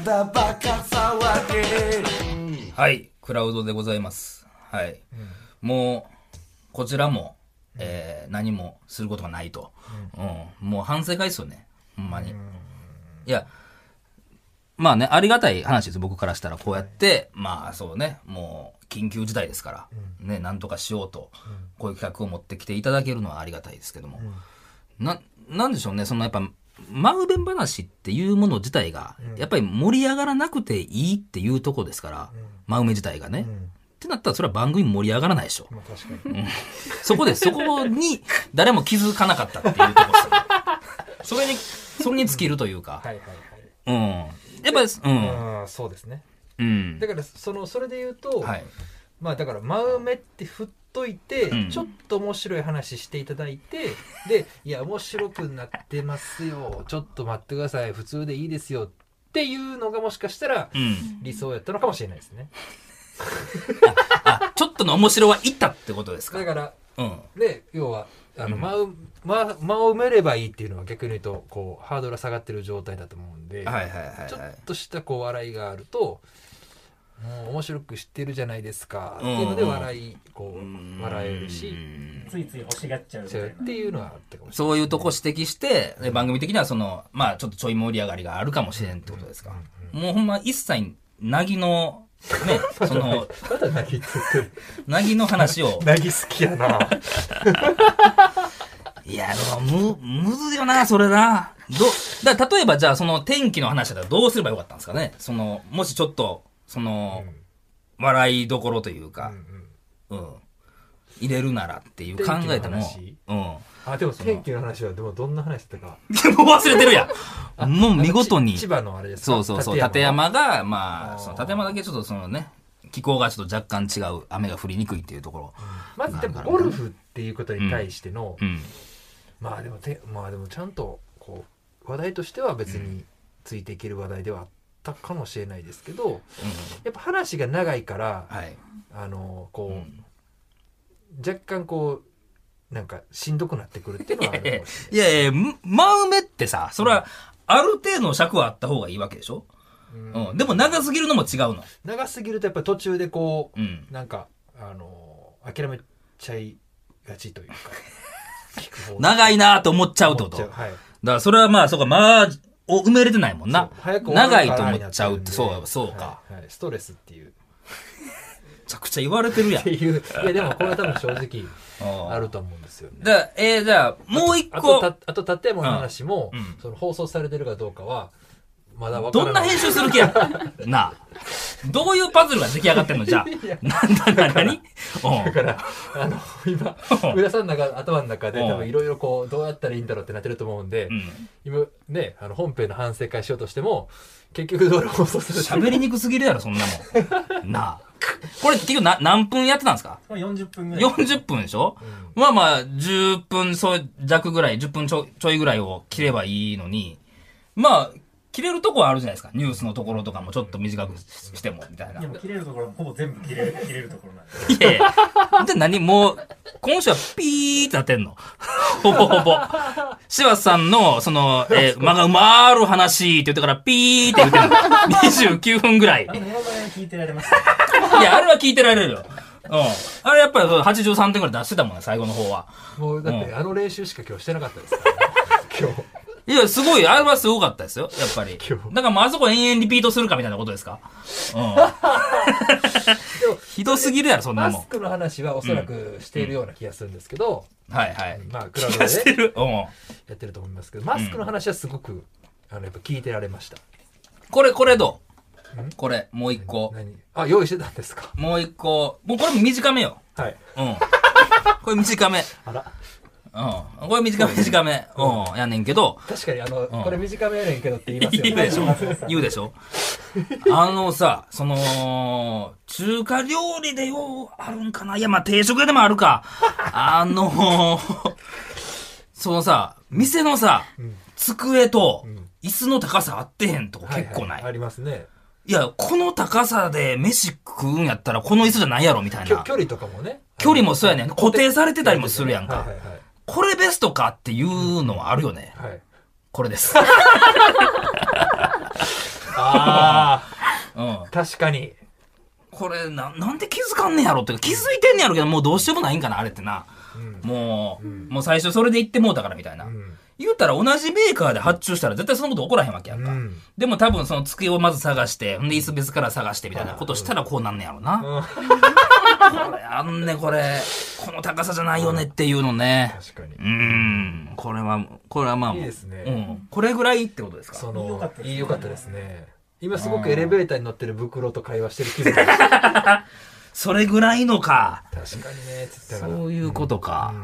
だバカ騒ぎ。はい、クラウドでございます。はい。もう、こちらも、何もすることがないと。もう反省会ですよね。ほんまに。いや、まあね、ありがたい話です。僕からしたらこうやって、まあそうね、もう緊急事態ですから、ね、なんとかしようと、こういう企画を持ってきていただけるのはありがたいですけども。なんでしょうね、そのやっぱ、真うべん話っていうもの自体が、やっぱり盛り上がらなくていいっていうところですから、真梅自体がね。ってなったらそれは番組盛り上がらないでしょ。 まあ確かに。 そこに誰も気づかなかったっていうところですよね。それに尽きるというか。 はいはいはい。 やっぱり、 そうですね。 だからそれで言うと、 はい、 まあだから真梅って振っといて、ちょっと面白い話していただいて、で、いや面白くなってますよ、ちょっと待ってください、普通でいいですよっていうのがもしかしたら理想やったのかもしれないですね。 ちょっとの面白はいったってことですか。 だから、で要は間を埋めればいいっていうのは逆に言うとこうハードルが下がってる状態だと思うんで、ちょっとしたこう笑いがあると、もう面白く知ってるじゃないですかっていうので笑えるし、 ついつい欲しがっちゃうっていうのはあったかもしれない。 そういうとこ指摘して、番組的にはまあちょっとちょい盛り上がりがあるかもしれんってことですか。もうほんま一切なぎのね、 まだなぎって言ってる。 なぎの話を。 なぎ好きやな。 いや、でもむずいよな、それな。例えばじゃあ天気の話だったらどうすればよかったんですかね。もしちょっと、笑いどころというか、入れるならっていう考えても、 でも天気の話はでもどんな話だったか。 もう忘れてるやん。もう見事に。 千葉のあれですか。 そう。立山が、まあ、立山だけちょっとね、気候がちょっと若干違う、雨が降りにくいっていうところ。 まずでもゴルフっていうことに対しての、まあでもちゃんとこう話題としては別についていける話題ではあったかもしれないですけど、やっぱ話が長いから、こう若干こうなんかしんどくなってくるっていうのはあるかもしれない。 いや真梅ってさ、それはある程度の尺はあった方がいいわけでしょ。でも長すぎるのも違うの。 長すぎるとやっぱり途中でこう、なんか諦めちゃいがちというか長いなと思っちゃうってこと。だからそれはまあそうか、まあを埋めれてないもんな。長いと思っちゃうって、そうか。 ストレスっていう。 めちゃくちゃ言われてるやん。 いやでもこれは多分正直あると思うんですよね。 じゃあもう一個。 あと建物の話も、放送されてるかどうかはまだ分からない。 どんな編集する気やなあ。どういうパズルが出来上がってんのじゃあ。何だから今上田さんの頭の中で多分いろいろこうどうやったらいいんだろうってなってると思うんで、今ね本編の反省会しようとしても結局どう放送する。 喋りにくすぎるやろそんなもん。なあ。これ結局何分やってたんですか ？40分ぐらい。 40分でしょ。まあ10分弱ぐらい、10分ちょいぐらいを切ればいいのに、まあ切れるとこはあるじゃないですか。ニュースのところとかもちょっと短くしてもみたいな。 いやもう切れるところもほぼ全部切れるところなんで。いやいや。でもう今週はピーってなってんの。ほぼほぼ。柴田さんの間が埋まる話って言ってからピーって言ってんの。29分ぐらい。 聞いてられました。 いやあれは聞いてられるよ。あれやっぱり83点ぐらい出してたもんね最後の方は。 もうだって練習しか今日してなかったですから今日。 いや、すごい、あれはすごかったですよ、やっぱり。だからもうあそこ延々リピートするかみたいなことですか。ひどすぎるやろ、そんなもん。 マスクの話はおそらくしているような気がするんですけど、 まあ、 クラウドでね、やってると思いますけど、マスクの話はすごく、やっぱ聞いてられました。 これどう？これ、もう一個。 用意してたんですか？ もう一個。もうこれ短めよ。 はい。 これ短め。 あら。 これ短め。やねんけど。 確かにこれ短めやねんけどって言いますよね。 言うでしょさ、中華料理でようあるんかな。いや、まあ定食屋でもあるか。店のさ、机と椅子の高さ合ってへんとこ結構ない。 ありますね。 いや、この高さで飯食うんやったらこの椅子じゃないやろみたいな。 距離とかもね。 距離もそうやねん。固定されてたりもするやんか。これベストかっていうのはあるよね。これです。 あうんあ、確かに。 これなんで気づかんねやろって気づいてんねやろけどもうどうしようもないんかなあれってな、もう最初それで言ってもうたからみたいな、言うたら同じメーカーで発注したら絶対そのこと起こらへんわけやんか、でも多分その机をまず探してほんで椅子別から探してみたいなことしたらこうなんねやろな、これあんねこの高さじゃないよねっていうのね、 確かに。 これはまあいいですね。 これぐらいってことですか。 その、良かったですね。今すごくエレベーターに乗ってる袋と会話してる気分でした。 それぐらいのか。 確かにね、つったから。 そういうことか。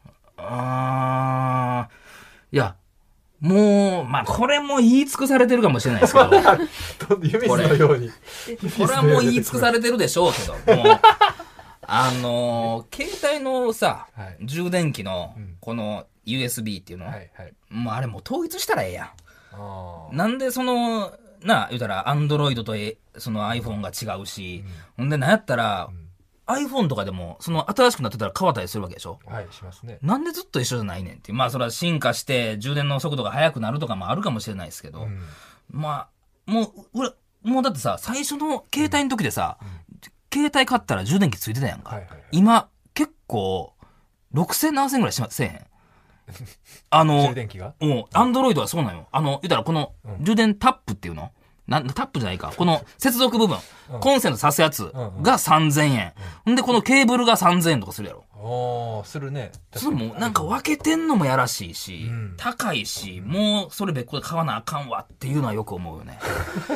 いや、もう、まあ、これも言い尽くされてるかもしれないですけど。 湯水のように。 これはもう言い尽くされてるでしょうけど、もう、携帯のさ、充電器の、この USB っていうの、もうあれもう統一したらええやん。なんでその、言うたら、アンドロイドとその iPhone が違うし、ほんで、なんやったら、iPhone とかでも、その新しくなってたら変わったりするわけでしょ。 はい、しますね。 なんでずっと一緒じゃないねんっていう。まあ、それは進化して、充電の速度が速くなるとかもあるかもしれないですけど、まあ、もうだってさ、最初の携帯の時でさ、携帯買ったら充電器ついてたやんか。今、結構、6000、7000ぐらいしません。 充電器がアンドロイドはそうなんよ。言ったらこの充電タップっていうのタップじゃないか。この接続部分、コンセント挿すやつが3000円。んで、このケーブルが3000円とかするやろ。 するね。 それもなんか分けてんのもやらしいし、高いし、もうそれ別個で買わなあかんわっていうのはよく思うよね。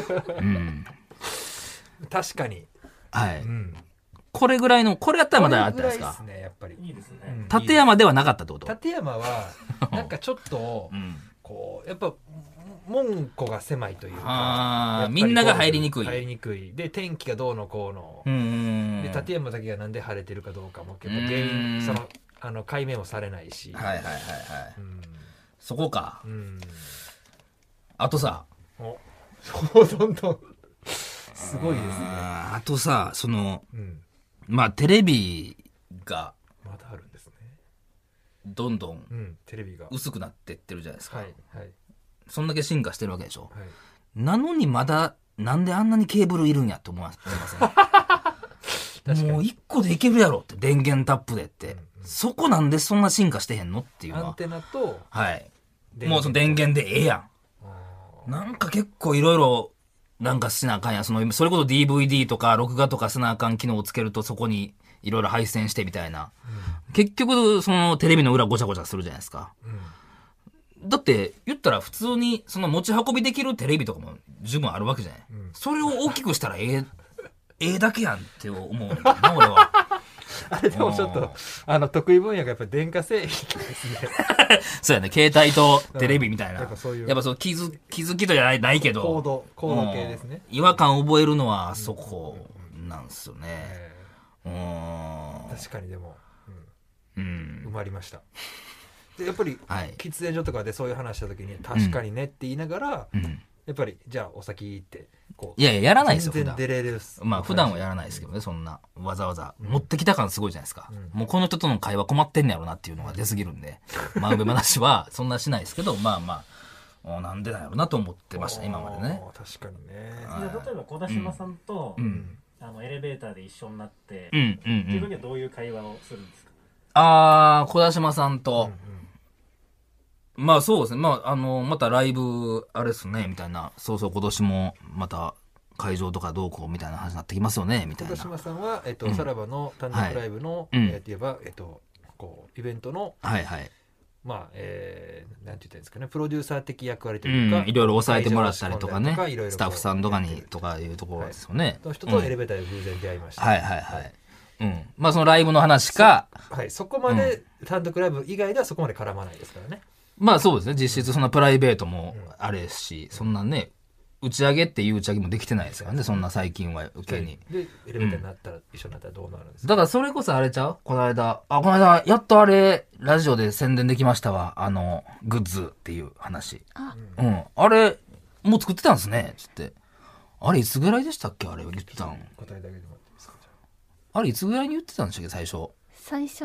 確かに。 はい。これぐらいの、これやったらまだあったんですか。 いいですね、やっぱり。 いいですね。 立山ではなかったってこと？ 立山は、なんかちょっと、こう、やっぱ、門戸が狭いというか、 みんなが入りにくい。 入りにくい。で、天気がどうのこうの。で、立山だけがなんで晴れてるかどうかも結構原因、解明もされないし。 はい。そこか。あとさ。 どんどん、すごいですね。 あとさ、まあ、テレビが、 まだあるんですね。 どんどん、 テレビが薄くなってってるじゃないですか。 はい。 そんだけ進化してるわけでしょ。なのにまだ、なんであんなにケーブルいるんやって思いません？もう一個でいけるやろって、電源タップでって。そこなんでそんな進化してへんのっていうのは。 アンテナと、 はい。もうその電源でええやん。なんか結構いろいろ、なんかしなあかんやん。それこそ DVD とか録画とかしなあかん機能をつけるとそこにいろいろ配線してみたいな。結局、そのテレビの裏ごちゃごちゃするじゃないですか。だって、言ったら普通にその持ち運びできるテレビとかも十分あるわけじゃない。それを大きくしたらええだけやんって思うんだよな、俺は。 あれでもちょっと、得意分野がやっぱり電化製品ですね。 そうやね、携帯とテレビみたいな。 やっぱそういう。 やっぱそう気づきとじゃないけど。 コード系ですね。 違和感覚えるのはそこなんですよね。 確かにでも、埋まりました。でやっぱり、喫煙所とかでそういう話した時に、確かにねって言いながら、やっぱり、じゃあお先ってこう。 いややらないですよ、 全然出れる。 まあ普段はやらないですけどね、そんな、わざわざ。持ってきた感すごいじゃないですか。もうこの人との会話困ってんねやろなっていうのが出すぎるんで、真上話はそんなしないですけど、まあ、なんでだろうなと思ってました、今までね。 確かにね。 例えば小田島さんと、エレベーターで一緒になって、っていう時はどういう会話をするんですか？ 小田島さんと、まあそうですね。またライブ、あれですね、みたいな。そう今年もまた会場とかどうこうみたいな話になってきますよね、みたいな。 小田島さんは、さらばの単独ライブの、言えば、こう、イベントの、まあ、なんて言ったらいいんですかね、プロデューサー的役割というか、 いろいろ抑えてもらったりとかね、スタッフさんとかにとかいうところですよね。 その人とエレベーターで偶然出会いました。 まあそのライブの話か、 そこまで単独ライブ以外ではそこまで絡まないですからね。 まあそうですね。実質そんなプライベートもあれですし、そんなね、打ち上げっていう打ち上げもできてないですからね、そんな最近は受けに。 で、エレベーターになったら、一緒になったらどうなるんですか？ だからそれこそあれちゃう？この間、やっとあれ、ラジオで宣伝できましたわ。グッズっていう話。あれ、もう作ってたんですね、つって。あれ、いつぐらいでしたっけ？あれ言ってたん。 答えだけでもらっていいですか？ あれ、いつぐらいに言ってたんでしたっけ、最初。 最初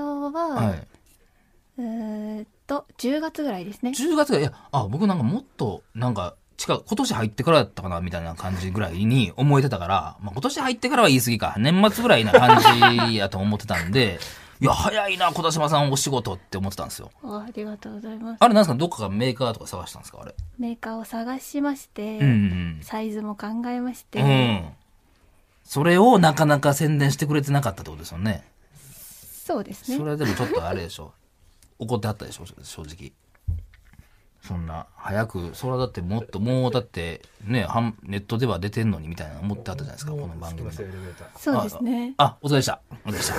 は、10月ぐらいですね。 10月ぐらい。いや、僕なんかもっと、なんか、 今年入ってからだったかなみたいな感じぐらいに思えてたから、まあ、今年入ってからは言い過ぎか。年末ぐらいな感じやと思ってたんで、いや、早いな、小田島さんお仕事って思ってたんですよ。 ありがとうございます。 あれなんですか、どっかがメーカーとか探したんですか、あれ。 メーカーを探しまして、サイズも考えまして、 それをなかなか宣伝してくれてなかったってことですよね。 そうですね。 それでもちょっとあれでしょ。怒ってはったでしょ、正直。そんな早く、それはだってもっともうだってね、ネットでは出てんのにみたいな思ってあったじゃないですか、この番組。 そうですね。 お疲れでした。お疲れでした。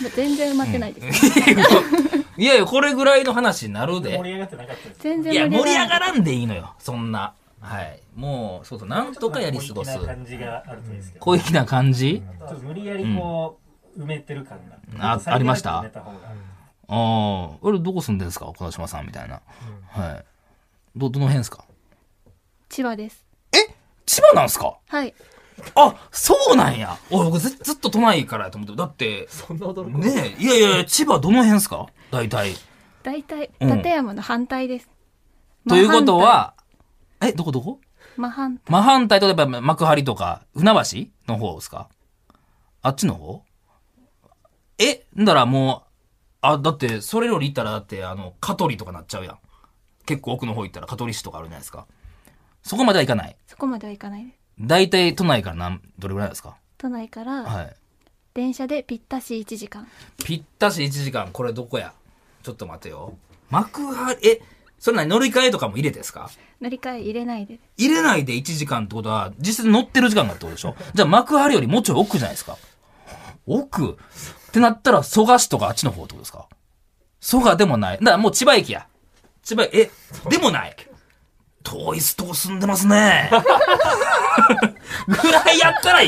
全然埋まってないです、 ね。いやいや、これぐらいの話になるで。 盛り上がってなかったです。 全然いや、盛り上がらんでいいのよ、そんな。はい。もう、そうそう、なんとかやり過ごす。 小粋な感じがあるといいですけど。 小粋な感じ？ ちょっと無理やりこう、埋めてる感が。 ありました？俺どこ住んでんすか、小田島さんみたいな。はい。どの辺ですか？ 千葉です。 千葉なんすか？ はい。 あ、そうなんや。僕ずっと都内からやと思って。だって、 そんな驚くねえ、いや、千葉どの辺ですか？大体、 館山の反対です。 ということは、どこ？ 真反対。 真反対とやっぱ幕張とか、船橋の方ですか？あっちの方？だからもう、だって、それより行ったら、だって、香取とかなっちゃうやん。結構奥の方行ったら香取市とかあるじゃないですか。そこまではいかない。 そこまではいかないです。 大体都内からどれぐらいですか？ 都内から、 はい。 電車でぴったし1時間。 ぴったし1時間。これどこや？ちょっと待てよ。幕張、それ乗り換えとかも入れてですか？ 乗り換え入れないで。 入れないで1時間ってことは、実際乗ってる時間がってことでしょ？じゃあ幕張よりもうちょい奥じゃないですか？奥ってなったら、蘇我市とかあっちの方ってことですか？蘇我でもない。だからもう千葉駅や。千葉、でもない。遠いとこ住んでますね。ぐらいやったらいい。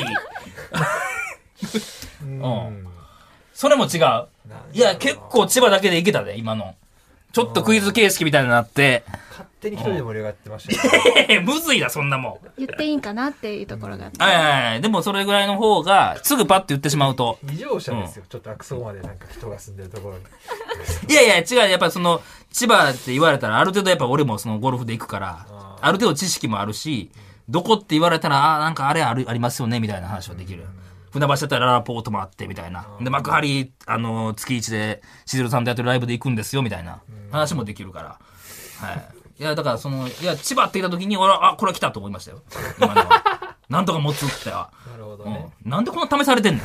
それも違う。いや、結構千葉だけでいけたで、今の。ちょっとクイズ形式みたいになって。 勝手に一人で盛り上がってましたね。むずいな、そんなもん。 言っていいんかなっていうところがあって。 はい。でもそれぐらいの方が、すぐパッと言ってしまうと。 異常者ですよ。ちょっと悪そうまでなんか人が住んでるところに。 いや、違う。やっぱその、千葉って言われたら、ある程度やっぱ俺もそのゴルフで行くから、ある程度知識もあるし、どこって言われたら、なんかありますよね、みたいな話はできる。船橋だったらララポートもあって、みたいな。で、幕張、月一で、しずるさんとやってるライブで行くんですよ、みたいな話もできるから。はい。いや、だから千葉って言った時に、俺は、これ来たと思いましたよ。今のは。なんとか持つっては。 なるほどね。 なんでこんな試されてんの？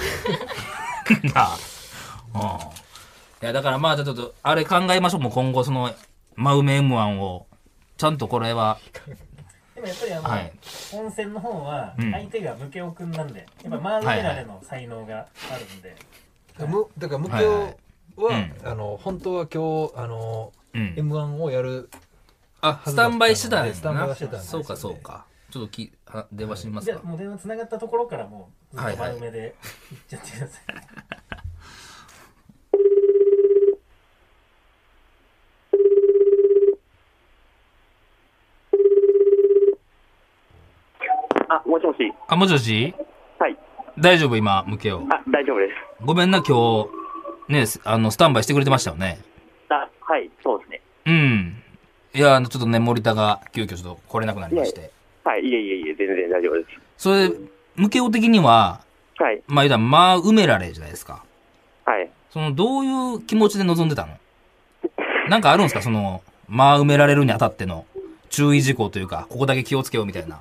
いや、だからまあ、ちょっと、あれ考えましょう。もう今後真梅 M1 を、ちゃんとこれは。 でもやっぱり本戦の方は、相手がムケオくんなんで、やっぱマールメラレの才能があるんで。 だからムケオは、本当は今日、M1 をやる。 スタンバイしてたんですな。 そうか。ちょっと電話してみますか。 じゃあもう電話つながったところからもう、真梅で行っちゃってください。 もしもし。 もしもし？ はい。 大丈夫今、向けを。 大丈夫です。 ごめんな、今日、ね、スタンバイしてくれてましたよね。 はい、そうですね。 いや、ちょっとね、森田が急遽ちょっと来れなくなりまして。 はい、いえ、全然大丈夫です。 それ、向け的には、 はい。 まあ、埋められじゃないですか。 はい。 どういう気持ちで臨んでたの？なんかあるんですか埋められるにあたっての注意事項というか、ここだけ気をつけようみたいな。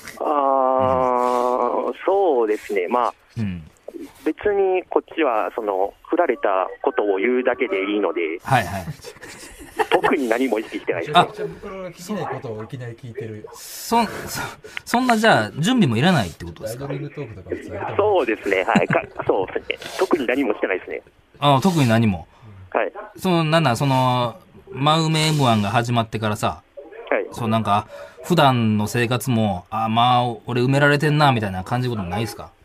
そうですね。まあ、別にこっちは、振られたことを言うだけでいいので、 はい。 特に何も意識してないです。 めちゃ僕らが聞きないことをいきなり聞いてる。 そんなじゃあ、準備もいらないってことですか？ アイドリングトークとか普通やるとそ思うですね。はい。そうですね。特に何もしてないですね。 特に何も。 はい。 真梅 M1 が始まってからさ、 はい。 なんか、普段の生活も、俺埋められてんな、みたいな感じることないですか？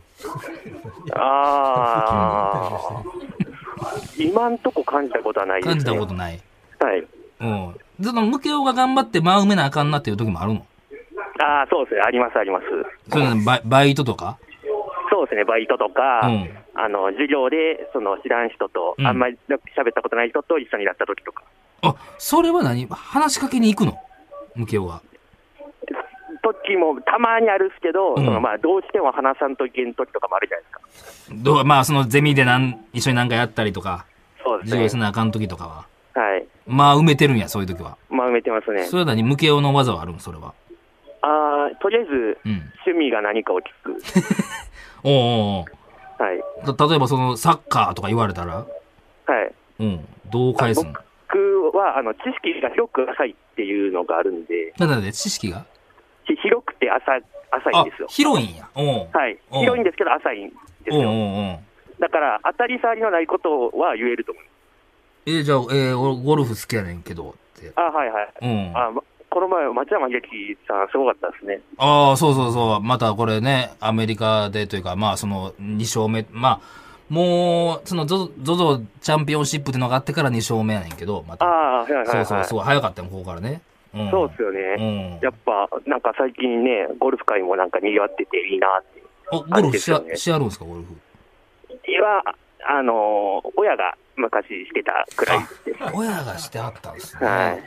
今んとこ感じたことはないですね。 感じたことない。 はい。 ムケオが頑張って埋めなあかんなっていう時もあるの？ そうですね。あります。 それバイトとか？ そうですね。バイトとか、授業で、知らん人と、あんまり喋ったことない人と一緒になった時とか。 それは話しかけに行くの？ 向けは。 時もたまにあるっすけど、まあどうしても話さんといけん時とかもあるじゃないですか。 まあそのゼミで一緒になんかやったりとか、 そうですね。 授業せなあかん時とかは。 はい。 まあ埋めてるんや、そういう時は。 まあ埋めてますね。 それは何、向けの技はあるん、それは。 とりあえず、趣味が何かを聞く。 おうおうおう。 はい。 例えばそのサッカーとか言われたら、 はい。 どう返すの？ 僕は知識が広く浅いっていうのがあるんで。 なんで知識が広くて浅いんですよ。 広いんや。 はい。広いんですけど浅いんですよ。だから当たり障りのないことは言えると思う。 じゃあ、俺ゴルフ好きやねんけどって。 はいはい。この前松山英樹さんすごかったですね。 そう。またこれね、アメリカでというか、まあその2勝目、まあ、もう、その ZOZO チャンピオンシップっていうのがあってから2勝目やねんけど、また。 はいはいはい。 そう、すごい早かったよ、ここからね。 そうですよね。やっぱ、なんか最近ね、ゴルフ界もなんか賑わってていいなって。 ゴルフしやるんですか、ゴルフ。 親が昔してたくらいです。 親がしてはったんですね。 はい。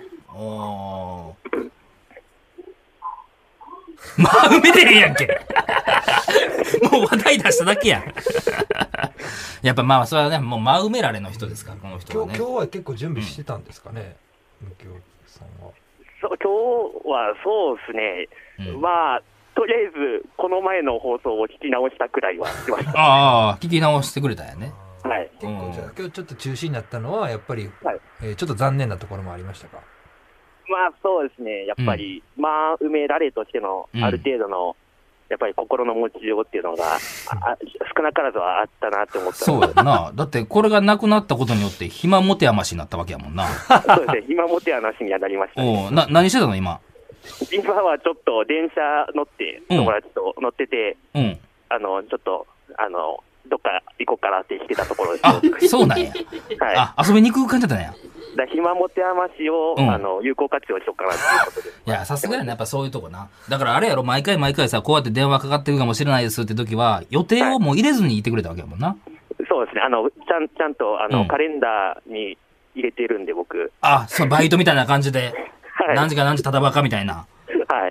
まあ、埋めてへんやんけ。もう話題出しただけやん。やっぱまあ、それはね、もう真埋められの人ですから、この人はね。 今日は結構準備してたんですかね、向さんは。 今日はそうですね。まあ、とりあえず、この前の放送を聞き直したくらいはしました。 聞き直してくれたんやね。 はい。 結構じゃあ、今日ちょっと中止になったのは、やっぱり、ちょっと残念なところもありましたか？ まあそうですね、やっぱり、まあ埋められとしてのある程度の、やっぱり心の持ちようっていうのが、少なからずはあったなって思った。 そうやな。だってこれがなくなったことによって暇持て余しになったわけやもんな。 そうですね、暇持て余しにはなりましたね。 何してたの今？ 今はちょっと電車乗って、友達と乗ってて、ちょっと、どっか行こうかなって来てたところです。 そうなんや。はい。遊びに行く感じだったんや。 暇持て余しを、有効活用しようかなっていうことで。 いや、さすがやね、やっぱそういうとこな。だからあれやろ、毎回さ、こうやって電話かかってくるかもしれないですって時は、予定をもう入れずにいてくれたわけやもんな。 そうですね。ちゃんと、カレンダーに入れてるんで、僕。 そう、バイトみたいな感じで。何時か何時ただバカみたいな。 はい。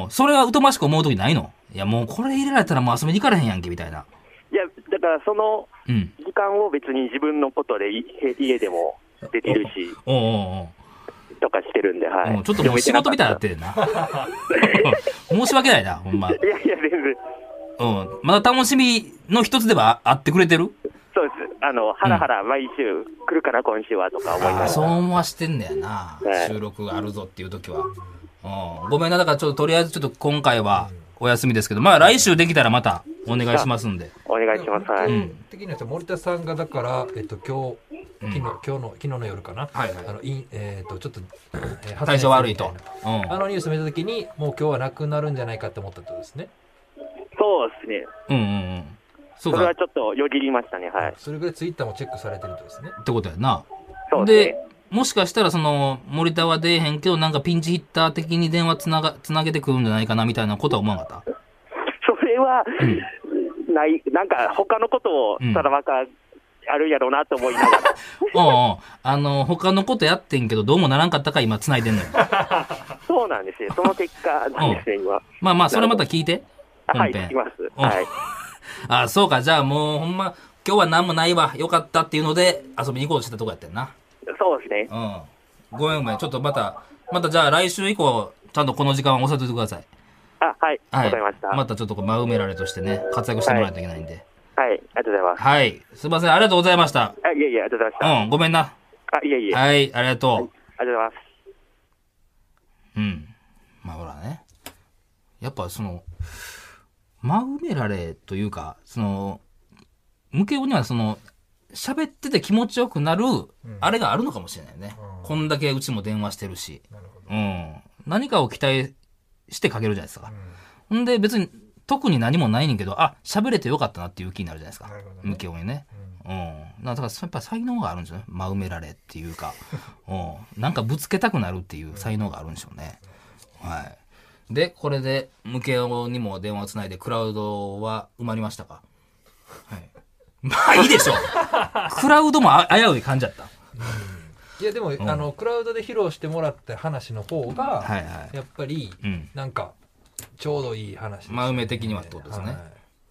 それは疎ましく思う時ないの？いや、もうこれ入れられたらもう遊びに行かれへんやんけ、みたいな。 いや、だからその、時間を別に自分のことで家でもできるし、とかしてるんで、はい。 ちょっともう仕事みたいになってるな。申し訳ないな、ほんま。いや、 全然。 まだ楽しみの一つではあってくれてる？ そうです。ハラハラ毎週来るかな、今週はとか思います。 そう思わしてんだよな。収録があるぞっていう時は。ごめんな、だからちょっととりあえずちょっと今回はお休みですけど、まあ来週できたらまたお願いしますんで。 お願いします。はい。 的には森田さんがだから、昨日の夜かな。ちょっと、 体調悪いと。 ニュース見たときに、もう今日はなくなるんじゃないかって思ったってことですね。 そうですね。それはちょっとよぎりましたね。はい。 それぐらいツイッターもチェックされてるってことですね。 ってことやな。 そうですね。 もしかしたら森田は出えへんけど、なんかピンチヒッター的に電話つなげてくるんじゃないかなみたいなことは思わなかった？ それは、ない、なんか他のことをただばかあるやろうなと思いながら。他のことやってんけど、どうもならんかったから今繋いでんのよ。 そうなんですよ。その結果なんですね、今。 まあ、それまた聞いて。 はい、聞きます。はい。 そうか、じゃあもうほんま、今日は何もないわ、よかったっていうので遊びに行こうとしたとこやったよな。 そうですね。 ごめん。ちょっとまたじゃあ来週以降、ちゃんとこの時間は押さえておいてください。 はい。わかりました。 またちょっと真埋められとしてね、活躍してもらわないといけないんで。 はい。ありがとうございます。 はい。すいません、ありがとうございました。 いえ、ありがとうございました。 ごめんな。 いえ。 はい、ありがとう。 ありがとうございます。 まあほらね。やっぱ真埋められというか、向けようには喋ってて気持ちよくなる、あれがあるのかもしれないね。こんだけうちも電話してるし。何かを期待してかけるじゃないですか。ほんで別に特に何もないねんけど、喋れてよかったなっていう気になるじゃないですか。向けようにね。だからやっぱ才能があるんですよね。真埋められっていうか。なんかぶつけたくなるっていう才能があるんでしょうね。はい。で、これで向けようにも電話をつないでクラウドは埋まりましたか？はい。まあいいでしょう。クラウドも危うい感じだった。 いやでも、クラウドで披露してもらった話の方が、 はいはい、 やっぱり、なんかちょうどいい話ですね。 真梅的にはってことですね。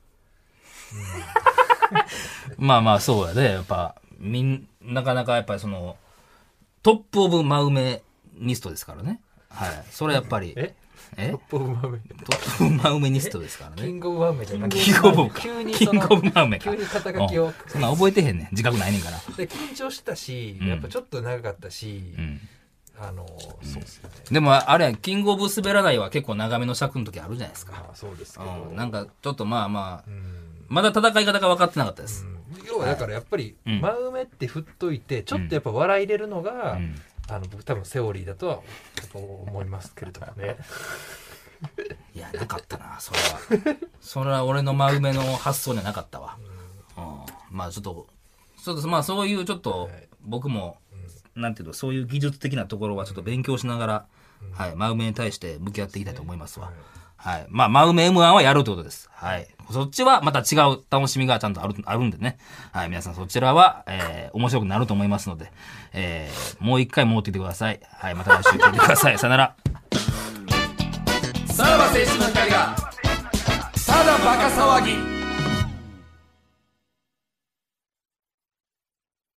まあまあそうやで、やっぱなかなかやっぱりそのトップオブ真梅ニストですからね。はい。それやっぱり。 トップオブ真梅。 トップオブ真梅ニストですからね。 キングオブ真梅じゃなくて。 キングオブ急にキングオブ真梅か。 急に肩書きを。 そんな覚えてへんねん。自覚ないねんから。 で、緊張したし、やっぱちょっと長かったし、そうですよね。 でもあれ、キングオブ滑らないは結構長めの尺の時あるじゃないですか。 そうですけど。 なんかちょっとまあまあ、まだ戦い方が分かってなかったです。 要はだからやっぱり、真梅って振っといて、ちょっとやっぱ笑い入れるのが、僕多分セオリーだとは思いますけれどもね。 いや、なかったな、それは。それは俺の真梅の発想にはなかったわ。まあちょっとまあそういうちょっと、僕も、なんていうの、そういう技術的なところはちょっと勉強しながら、はい、真梅に対して向き合っていきたいと思いますわ。はい。まあ、真梅 M1 はやるということです。はい。そっちはまた違う楽しみがちゃんとあるんでね。はい。皆さんそちらは、面白くなると思いますので、もう一回戻ってきてください。はい。また来週聞いてください。さよなら。さらば青春の光が、ただバカ騒ぎ。